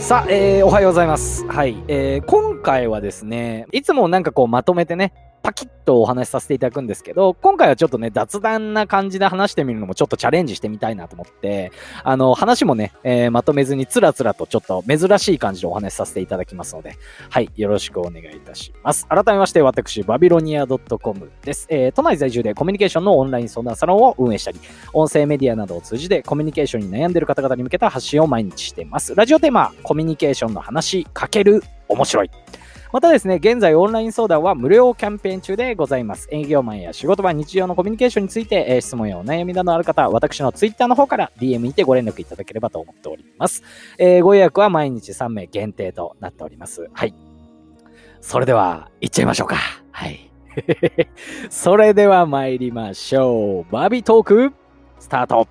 さあ、おはようございます。はい、今回はですね、いつもなんかこうまとめてね、パキッとお話しさせていただくんですけど、今回はちょっとね、雑談な感じで話してみるのもちょっとチャレンジしてみたいなと思って、話もね、まとめずにつらつらとちょっと珍しい感じでお話しさせていただきますので、はい、よろしくお願いいたします。改めまして、私、バビロニア .com です。都内在住でコミュニケーションのオンライン相談サロンを運営したり、音声メディアなどを通じてコミュニケーションに悩んでいる方々に向けた発信を毎日しています。ラジオテーマ、コミュニケーションの話×面白い。またですね、現在オンライン相談は無料キャンペーン中でございます。営業マンや仕事場、日常のコミュニケーションについて、質問やお悩みなどある方、私のツイッターの方から DM にてご連絡いただければと思っております。ご予約は毎日3名限定となっております。はい。それでは、行っちゃいましょうか。はい。それでは参りましょう。バービートーク、スタート。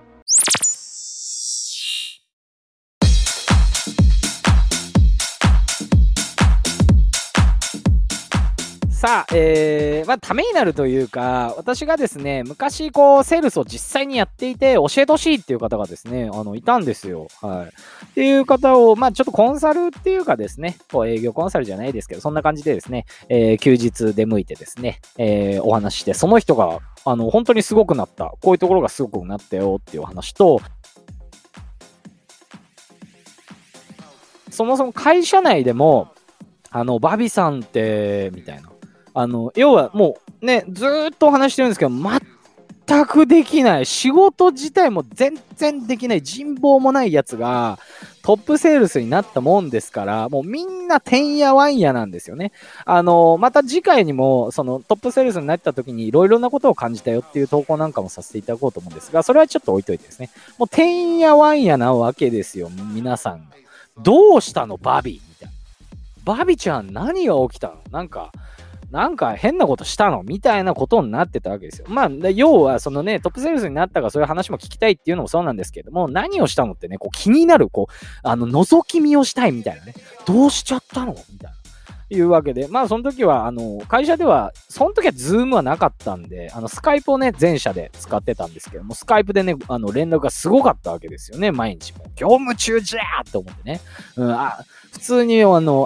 さあ、ためになるというか、私がですね、昔こう、セールスを実際にやっていて、教えてほしいっていう方がですね、いたんですよ。はい。っていう方を、ちょっとコンサルっていうかですね、こう、営業コンサルじゃないですけど、そんな感じでですね、休日出向いてですね、お話しして、その人が、本当にすごくなった。こういうところがすごくなったよっていう話と、そもそも会社内でも、バビさんって、みたいな。要はもうね、ずーっとお話してるんですけど、全くできない。仕事自体も全然できない。人望もないやつが、トップセールスになったもんですから、もうみんなてんやわんやなんですよね。また次回にも、そのトップセールスになった時にいろいろなことを感じたよっていう投稿なんかもさせていただこうと思うんですが、それはちょっと置いといてですね。もうてんやわんやなわけですよ、皆さん。どうしたのバビみたいな。バビちゃん何が起きたのなんか変なことしたのみたいなことになってたわけですよ。要はそのね、トップセールスになったかそういう話も聞きたいっていうのもそうなんですけども、何をしたのってね、こう気になる、覗き見をしたいみたいなね。どうしちゃったのみたいな。いうわけで、その時は、会社では、その時はズームはなかったんで、スカイプをね、全社で使ってたんですけども、スカイプでね、連絡がすごかったわけですよね、毎日も。業務中じゃーって思ってね。普通に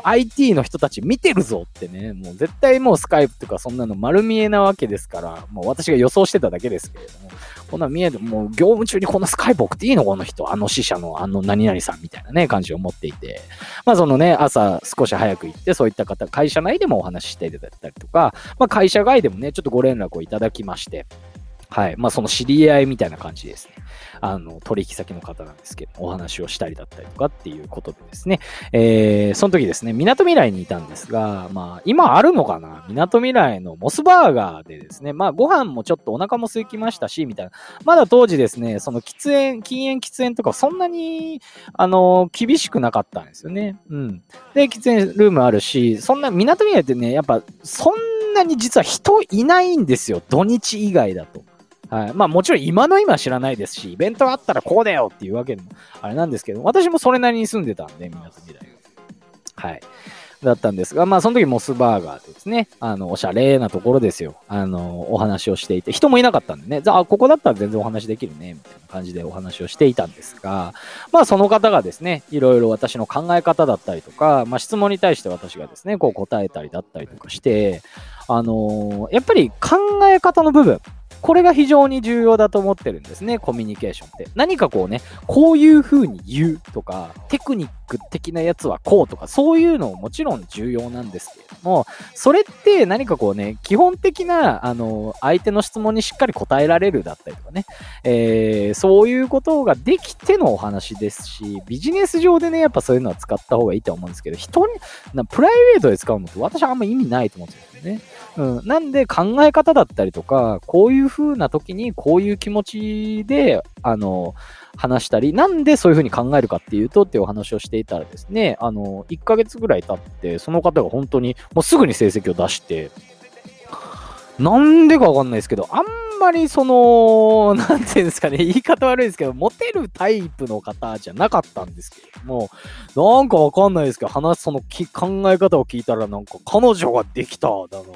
IT の人たち見てるぞってね、もう絶対もうスカイプとかそんなの丸見えなわけですから、もう私が予想してただけですけれども、こんな見えて、もう業務中にこんなスカイプ送っていいのこの人、支社の何々さんみたいなね、感じを持っていて、そのね、朝少し早く行って、そういった方、会社内でもお話ししていただいたりとか、会社外でもね、ちょっとご連絡をいただきまして、はい。その知り合いみたいな感じですね。取引先の方なんですけど、お話をしたりだったりとかっていうことでですね。その時ですね、港未来にいたんですが、今あるのかな港未来のモスバーガーでですね、ご飯もちょっとお腹も空きましたし、みたいな。まだ当時ですね、その禁煙喫煙とかそんなに、厳しくなかったんですよね。うん。で、喫煙ルームあるし、そんな、港未来ってね、やっぱ、そんなに実は人いないんですよ。土日以外だと。はい。もちろん今の今は知らないですし、イベントがあったらこうだよっていうわけでもあれなんですけど、私もそれなりに住んでたんで、港未来。はい。だったんですが、その時モスバーガーでですね、おしゃれなところですよ。お話をしていて、人もいなかったんでね、ここだったら全然お話できるね、みたいな感じでお話をしていたんですが、その方がですね、いろいろ私の考え方だったりとか、質問に対して私がですね、こう答えたりだったりとかして、やっぱり考え方の部分、これが非常に重要だと思ってるんですね、コミュニケーションって。何かこうね、こういう風に言うとか、テクニック的なやつはこうとか、そういうのももちろん重要なんですけれども、それって何かこうね、基本的な、相手の質問にしっかり答えられるだったりとかね、そういうことができてのお話ですし、ビジネス上でね、やっぱそういうのは使った方がいいと思うんですけど、プライベートで使うのって私はあんま意味ないと思うんですよね。なんで考え方だったりとか、こういう風な時にこういう気持ちで、話したり、なんでそういう風に考えるかっていうとっていうお話をしていたらですね、1ヶ月ぐらい経って、その方が本当にもうすぐに成績を出して、なんでかわかんないですけど、あんまりなんていうんですかね、言い方悪いですけど、モテるタイプの方じゃなかったんですけれども、なんかわかんないですけど、考え方を聞いたらなんか彼女ができただの、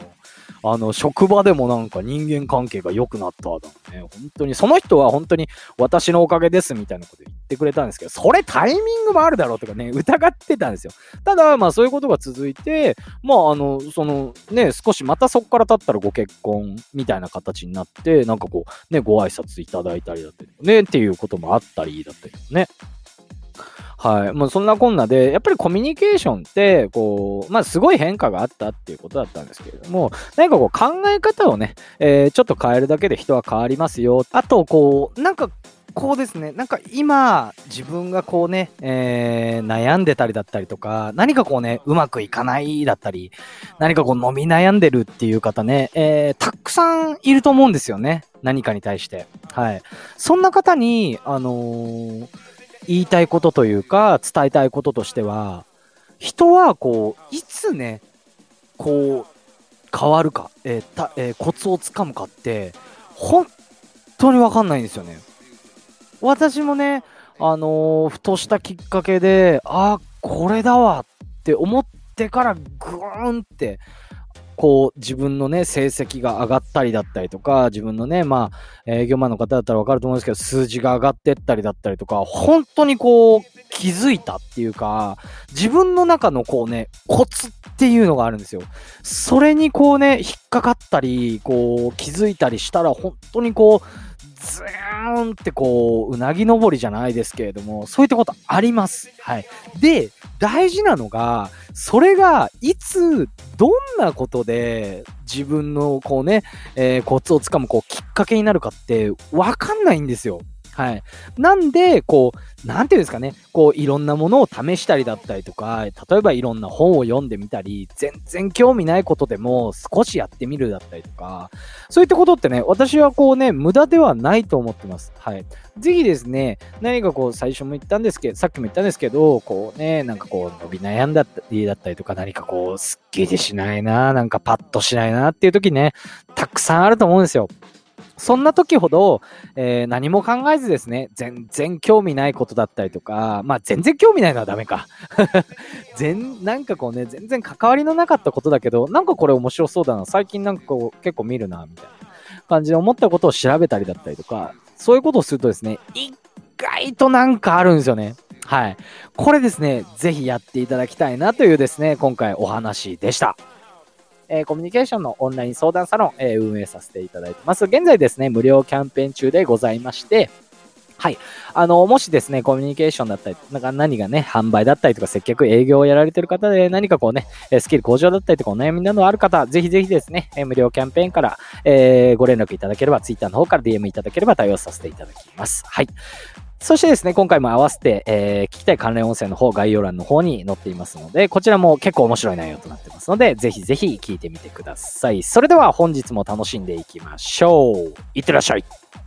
職場でもなんか人間関係が良くなっただね。本当に、その人は本当に私のおかげですみたいなこと言ってくれたんですけど、それタイミングもあるだろうとかね、疑ってたんですよ。ただ、まあそういうことが続いて、まあそのね、少しまたそこから経ったらご結婚みたいな形になって、なんかこう、ね、ご挨拶いただいたりだったりね、っていうこともあったりだったりね。はい。もうそんなこんなで、やっぱりコミュニケーションって、こう、まあすごい変化があったっていうことだったんですけれども、何かこう考え方をね、ちょっと変えるだけで人は変わりますよ。あと、こう、なんか、こうですね、なんか今、自分がこうね、悩んでたりだったりとか、何かこうね、うまくいかないだったり、何かこう伸び悩んでるっていう方ね、たくさんいると思うんですよね。何かに対して。はい。そんな方に、言いたいことというか、伝えたいこととしては、人はこう、いつね、こう、変わるか、コツをつかむかって、本当にわかんないんですよね。私もね、ふとしたきっかけで、これだわって思ってからグーンって、こう自分のね成績が上がったりだったりとか、自分のねまあ営業マンの方だったら分かると思うんですけど、数字が上がってったりだったりとか、本当にこう気づいたっていうか、自分の中のこうねコツっていうのがあるんですよ。それにこうね引っかかったり、こう気づいたりしたら、本当にこうズーンってこううなぎ登りじゃないですけれども、そういったことあります。はい。で、大事なのが、それがいつどんなことで自分のこうね、コツをつかむこうきっかけになるかってわかんないんですよ。はい。なんで、こう、なんていうんですかね、こう、いろんなものを試したりだったりとか、例えばいろんな本を読んでみたり、全然興味ないことでも少しやってみるだったりとか、そういったことってね、私はこうね、無駄ではないと思ってます。はい。ぜひですね、何かこう、最初も言ったんですけど、さっきも言ったんですけど、こうね、なんかこう、伸び悩んだりだったりとか、何かこう、すっきりしないな、なんかパッとしないなっていう時ね、たくさんあると思うんですよ。そんな時ほど、何も考えずですね、全然興味ないことだったりとか、まあ全然興味ないのはダメか。なんかこうね、全然関わりのなかったことだけど、なんかこれ面白そうだな、最近なんかこう結構見るな、みたいな感じで思ったことを調べたりだったりとか、そういうことをするとですね、意外となんかあるんですよね。はい。これですね、ぜひやっていただきたいなというですね、今回お話でした。コミュニケーションのオンライン相談サロン、運営させていただいてます。現在ですね、無料キャンペーン中でございまして、はい。もしですね、コミュニケーションだったり、なんか何がね、販売だったりとか、接客営業をやられてる方で、何かこうね、スキル向上だったりとか、お悩みなどある方、ぜひぜひですね、無料キャンペーンから、ご連絡いただければ、Twitter の方から DM いただければ対応させていただきます。はい。そしてですね、今回も合わせて、聞きたい関連音声の方、概要欄の方に載っていますので、こちらも結構面白い内容となってますので、ぜひぜひ聞いてみてください。それでは本日も楽しんでいきましょう。いってらっしゃい。